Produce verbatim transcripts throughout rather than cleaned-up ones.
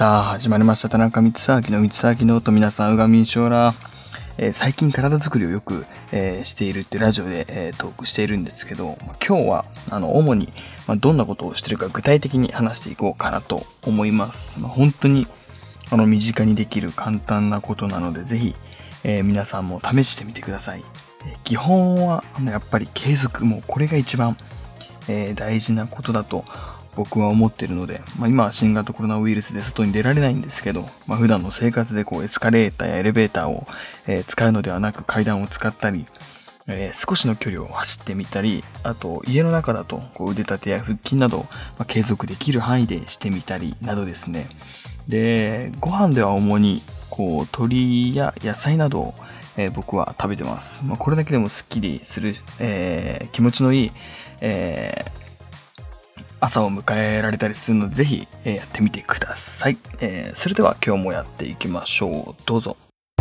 さあ始まりました田中光明の光明ノート。皆さんうがみんしょうら、えー、最近体作りをよく、えー、しているってラジオで、えー、トークしているんですけど、今日はあの主に、まあ、どんなことをしているか具体的に話していこうかなと思います。まあ、本当にあの身近にできる簡単なことなので、ぜひ、えー、皆さんも試してみてください。えー、基本はあのやっぱり継続、もうこれが一番、えー、大事なことだと僕は思っているので、まあ、今は新型コロナウイルスで外に出られないんですけど、まあ、普段の生活でこうエスカレーターやエレベーターを、えー、使うのではなく階段を使ったり、えー、少しの距離を走ってみたり、あと家の中だとこう腕立てや腹筋などを、まあ、継続できる範囲でしてみたりなどですね。で、ご飯では主にこう鶏や野菜などを、えー、僕は食べてます。まあ、これだけでもスッキリする、えー、気持ちのいい、えー朝を迎えられたりするので、ぜひ、えー、やってみてください、えー。それでは今日もやっていきましょう。どうぞ。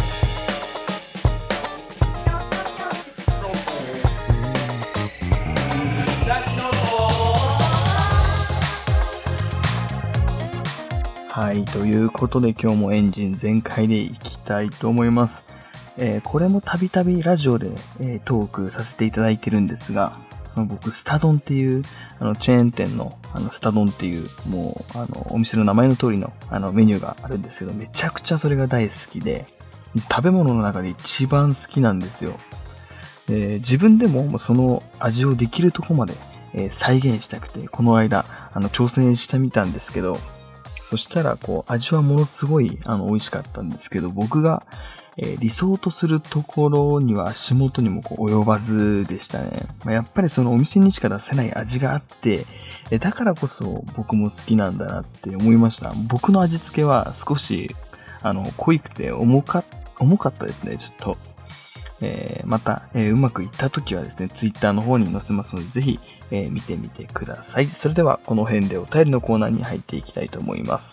はい、ということで今日もエンジン全開でいきたいと思います。えー、これもたびたびラジオで、えー、トークさせていただいてるんですが、僕、スタ丼っていう、あの、チェーン店の、あの、スタ丼っていう、もう、あの、お店の名前の通りの、あの、メニューがあるんですけど、めちゃくちゃそれが大好きで、食べ物の中で一番好きなんですよ。で、自分でも、その味をできるとこまで、えー、再現したくて、この間、あの、挑戦してみたんですけど、そしたら、こう、味はものすごい、あの、美味しかったんですけど、僕が、えー、理想とするところには足元にもこう及ばずでしたね。まあ、やっぱりそのお店にしか出せない味があって、えー、だからこそ僕も好きなんだなって思いました。僕の味付けは少しあの濃くて重か、重かったですね、ちょっと。えー、また、えー、うまくいった時はですね、ツイッターの方に載せますので、ぜひ、えー、見てみてください。それではこの辺でお便りのコーナーに入っていきたいと思います。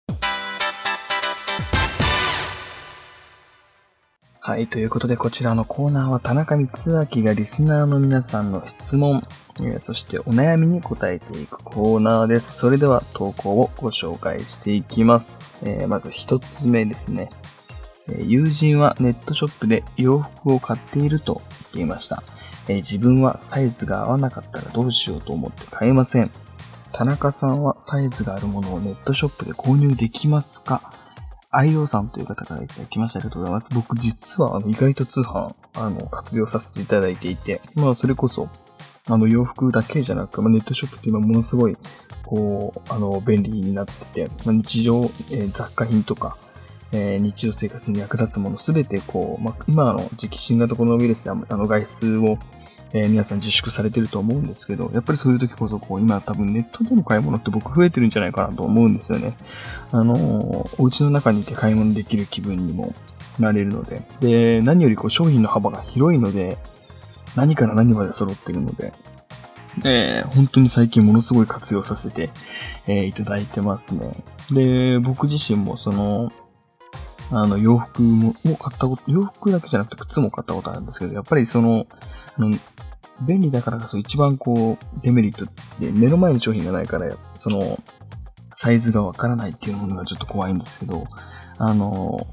はい。ということで、こちらのコーナーは田中光明がリスナーの皆さんの質問、えー、そしてお悩みに答えていくコーナーです。それでは投稿をご紹介していきます。えー、まず一つ目ですね、えー。友人はネットショップで洋服を買っていると言っていました。えー、自分はサイズが合わなかったらどうしようと思って買えません。田中さんはサイズがあるものをネットショップで購入できますか？アイオーさんという方からいただきました。ありがとうございます。僕実はあの意外と通販あの活用させていただいていて、まあそれこそあの洋服だけじゃなく、まあ、ネットショップっていうのはものすごいこうあの便利になってて、まあ、日常、えー、雑貨品とか、えー、日常生活に役立つものすべてこう、まあ、今の時期新型コロナウイルスであの外出をえー、皆さん自粛されてると思うんですけど、やっぱりそういう時こそこう今多分ネットでの買い物って僕増えてるんじゃないかなと思うんですよね。あのー、お家の中にいて買い物できる気分にもなれるので、で、何よりこう商品の幅が広いので、何から何まで揃ってるので、えー、本当に最近ものすごい活用させて、えー、いただいてますね。で、僕自身もその、あの洋服も買ったこと、洋服だけじゃなくて靴も買ったことあるんですけど、やっぱりその、あの便利だからこそ一番こうデメリットって目の前の商品がないから、そのサイズがわからないっていうものがちょっと怖いんですけど、あの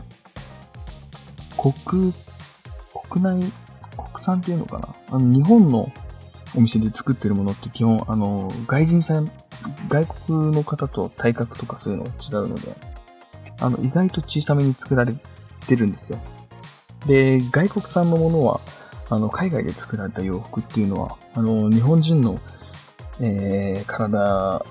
国国内国産っていうのかな、あの日本のお店で作ってるものって基本あの外人さん外国の方と体格とかそういうのが違うので、あの意外と小さめに作られてるんですよ。で、外国産のものはあの海外で作られた洋服っていうのはあの日本人の、えー、体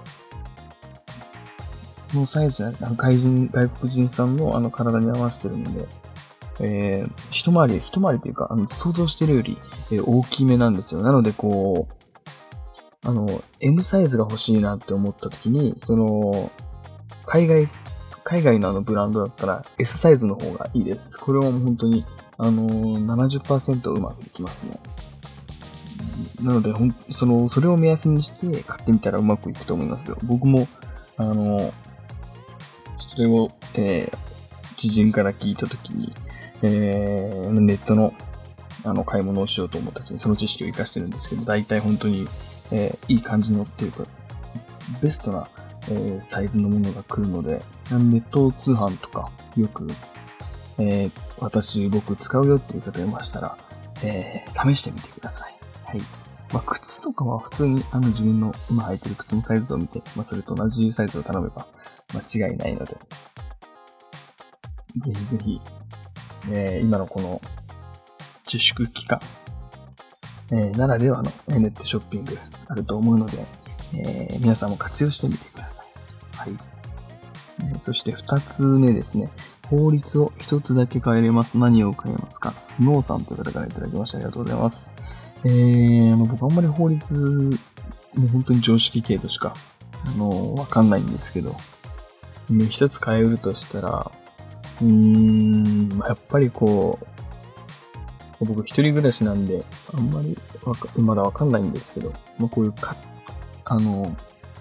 のサイズじゃない、外人外国人さんのあの体に合わせてるので、えー、一回り一回りというかあの想像してるより、えー、大きめなんですよ。なのでこうあの エム サイズが欲しいなって思った時に、その海外海外のあのブランドだったら エス サイズの方がいいです。これはもう本当にあのー、ななじゅっパーセント うまくいきますね。なのでほんそのそれを目安にして買ってみたらうまくいくと思いますよ。僕もあのー、それを、えー、知人から聞いたときに、えー、ネットのあの買い物をしようと思った時にその知識を活かしてるんですけど、大体本当に、えー、いい感じのっていうかベストなえー、サイズのものが来るので、ネット通販とかよく、えー、私、僕使うよっていう方いましたら、えー、試してみてください。はい。まあ、靴とかは普通にあの自分の今履いてる靴のサイズを見て、まあ、それと同じサイズを頼めば間違いないので、ぜひぜひ、えー、今のこの自粛期間、えー、ならではのネットショッピングあると思うので、えー、皆さんも活用してみてください。はい。えー、そして二つ目ですね。法律を一つだけ変えれます。何を変えますか？スノーさんという方からいただきました。ありがとうございます。えー、あの僕あんまり法律、もう本当に常識程度しか、あの、わかんないんですけど、一つ変えるとしたら、うーん、やっぱりこう、僕一人暮らしなんで、あんまりわかまだわかんないんですけど、まあ、こういうか、あの、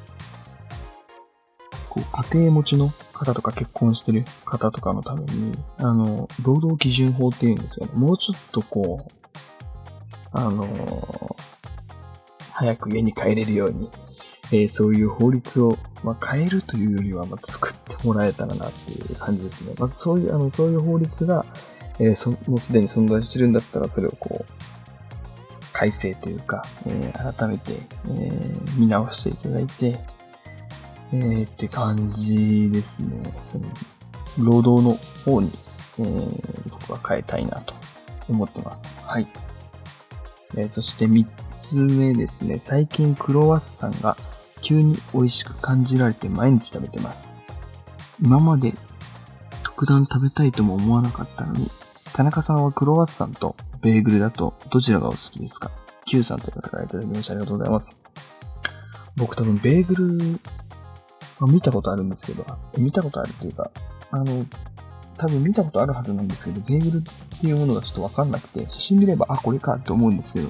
こう家庭持ちの方とか結婚してる方とかのために、あの、労働基準法っていうんですよね。もうちょっとこう、あの、早く家に帰れるように、えー、そういう法律を、まあ、変えるというよりは、まあ、作ってもらえたらなっていう感じですね。まずそういう、あの、そういう法律が、えー、そもうすでに存在してるんだったら、それをこう、改正というか、えー、改めて、えー、見直していただいて、えー、って感じですね。その、労働の方に、えー、僕は変えたいなと思ってます。はい。えー、そして三つ目ですね。最近クロワッサンが急に美味しく感じられて毎日食べてます。今まで特段食べたいとも思わなかったのに、田中さんはクロワッサンとベーグルだとどちらがお好きですか？ Q さんという方からいただきました。ありがとうございます。僕多分ベーグル、まあ、見たことあるんですけど、見たことあるっていうか、あの、多分見たことあるはずなんですけど、ベーグルっていうものがちょっとわかんなくて、写真見れば、あ、これかって思うんですけど、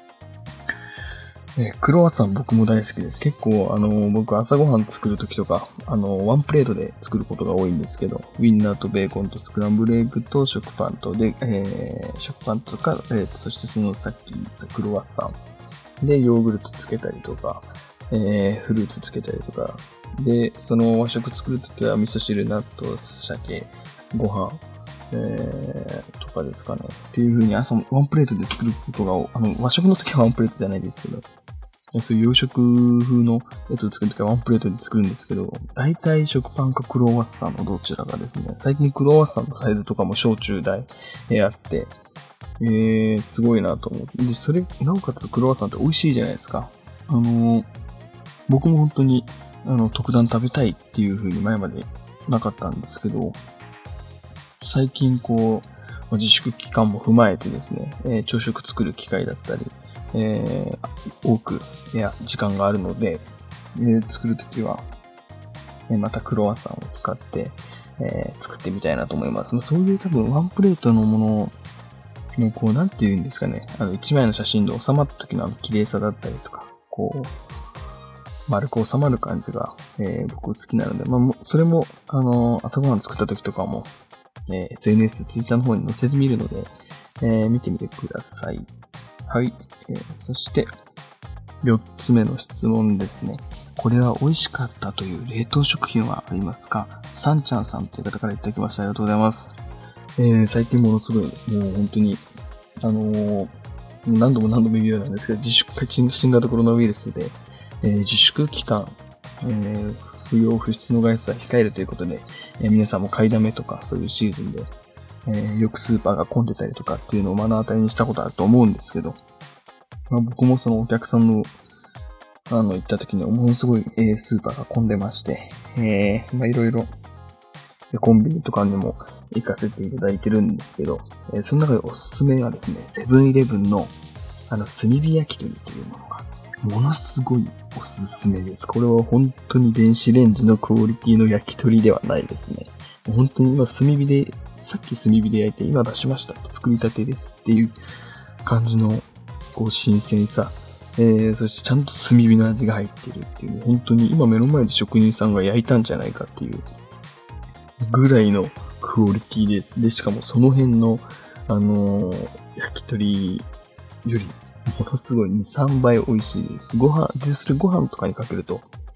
えー、クロワッサン僕も大好きです。結構、あのー、僕朝ごはん作るときとか、あのー、ワンプレートで作ることが多いんですけど、ウィンナーとベーコンとスクランブルエッグと食パンとで、えー、食パンとか、えー、そしてそのさっき言ったクロワッサンで、ヨーグルトつけたりとか、えー、フルーツつけたりとか、で、その和食作るときは味噌汁、納豆、鮭、ご飯、えー、とかですかね。っていう風に朝ワンプレートで作ることが、あの、和食の時はワンプレートじゃないですけど、そういう洋食風のやつを作るときはワンプレートで作るんですけど、大体食パンかクロワッサンのどちらかですね。最近クロワッサンのサイズとかも小中大、えー、あって、えー、すごいなと思って。で、それ、なおかつクロワッサンって美味しいじゃないですか。あのー、僕も本当に、あの、特段食べたいっていう風に前までなかったんですけど、最近こう、自粛期間も踏まえてですね、えー、朝食作る機会だったり、えー、多く、いや、時間があるので、えー、作るときは、えー、またクロワッサンを使って、えー、作ってみたいなと思います。そういう多分ワンプレートのものの、こう、なんて言うんですかね、あの、一枚の写真で収まった時のあの綺麗さだったりとか、こう、丸く収まる感じが、えー、僕好きなので、まあ、それも、あのー、朝ごはん作った時とかも、えー、エスエヌエス、ツイッターの方に載せてみるので、えー、見てみてください。はい。えー、そして、よっつめの質問ですね。これは美味しかったという冷凍食品はありますか？サンちゃんさんという方からいただきました。ありがとうございます。えー、最近ものすごい、もう本当に、あのー、何度も何度も言うようなんですけど、自粛、新型コロナウイルスで、えー、自粛期間、えー、不要不出の外出は控えるということで、えー、皆さんも買いだめとかそういうシーズンで、えー、よくスーパーが混んでたりとかっていうのを目の当たりにしたことあると思うんですけど、まあ、僕もそのお客さんのあの行った時にものすごい、えー、スーパーが混んでまして、えー、まあいろいろコンビニとかにも行かせていただいてるんですけど、えー、その中でおすすめはですね、セブンイレブンのあの炭火焼き鳥というものがものすごいおすすめです。これは本当に電子レンジのクオリティの焼き鳥ではないですね。本当に今炭火で、さっき炭火で焼いて今出しましたって作りたてですっていう感じのこう新鮮さ、えー、そしてちゃんと炭火の味が入ってるっていう、本当に今目の前で職人さんが焼いたんじゃないかっていうぐらいのクオリティです。で、しかもその辺の、あのー、焼き鳥よりものすごいに、さんばい美味しいです。ご飯、で、それご飯とかにかけると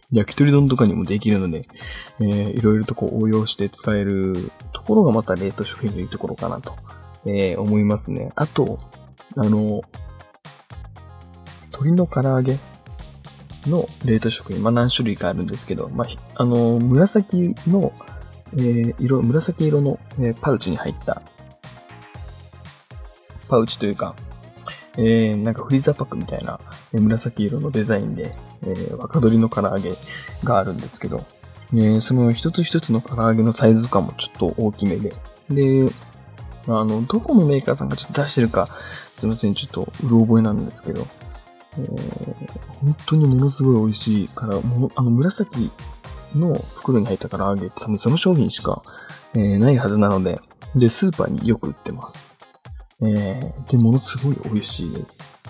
焼き鳥丼とかにもできるので、えー、いろいろとこう応用して使えるところがまた冷凍食品のいいところかなと、えー、思いますね。あと、あの、鶏の唐揚げの冷凍食品、まあ何種類かあるんですけど、まあ、あの、紫の、えー、色、紫色の、えー、パウチに入った、パウチというか、えー、なんかフリーザーパックみたいな、えー、紫色のデザインで、えー、若鶏の唐揚げがあるんですけど、えー、その一つ一つの唐揚げのサイズ感もちょっと大きめで、で、あの、どこのメーカーさんがちょっと出してるか、すいません、ちょっとうろ覚えなんですけど、えー、本当にものすごい美味しいから、もあの、紫の袋に入った唐揚げって多分その商品しか、えー、ないはずなので、で、スーパーによく売ってます。えー、で、ものすごい美味しいです。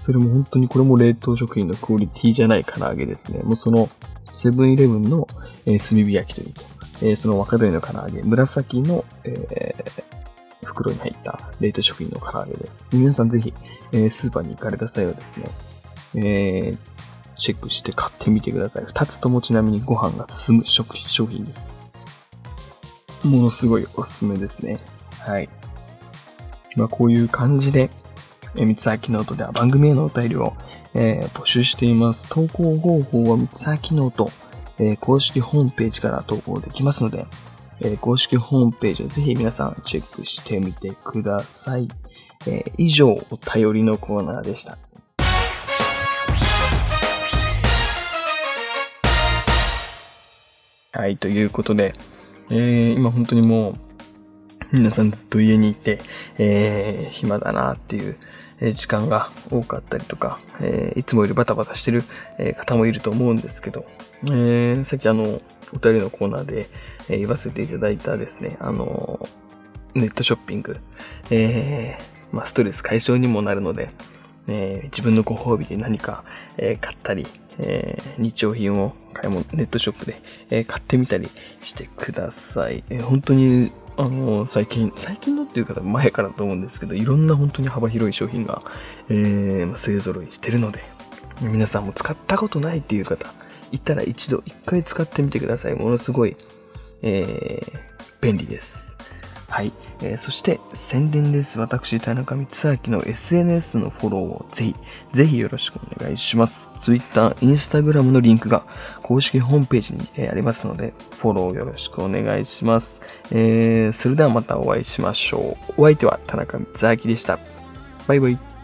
それも本当にこれも冷凍食品のクオリティじゃない唐揚げですね。もうその、セブンイレブンの、えー、炭火焼き鳥と、えー、その若鶏の唐揚げ、紫の、えー、袋に入った冷凍食品の唐揚げです。皆さんぜひ、えー、スーパーに行かれた際はですね、えー、チェックして買ってみてください。二つともちなみにご飯が進む食商品です。ものすごいおすすめですね。はい。まあ、こういう感じで、えー、三つ秋ノートでは番組へのお便りを、えー、募集しています。投稿方法は三つ秋ノート、えー、公式ホームページから投稿できますので、えー、公式ホームページをぜひ皆さんチェックしてみてください。えー、以上、お便りのコーナーでした。はい、ということで、えー、今本当にもう、皆さんずっと家にいて、えー、暇だなっていう時間が多かったりとか、えー、いつもよりバタバタしてる方もいると思うんですけど、えー、さっきあの、お便りのコーナーで言わせていただいたですね、あの、ネットショッピング、えー、まあ、ストレス解消にもなるので、えー、自分のご褒美で何か、えー、買ったり、えー、日用品を買い物、ネットショップで、えー、買ってみたりしてください。えー、本当に、あのー、最近、最近のっていう方前からと思うんですけど、いろんな本当に幅広い商品が、えー、勢揃いしてるので、皆さんも使ったことないっていう方、いたら一度、一回使ってみてください。ものすごい、えー、便利です。はい。えー、そして宣伝です。私、田中光明の エスエヌエス のフォローをぜひ、ぜひよろしくお願いします。Twitter、Instagram のリンクが公式ホームページに、えー、ありますので、フォローよろしくお願いします。えー、それではまたお会いしましょう。お相手は田中光明でした。バイバイ。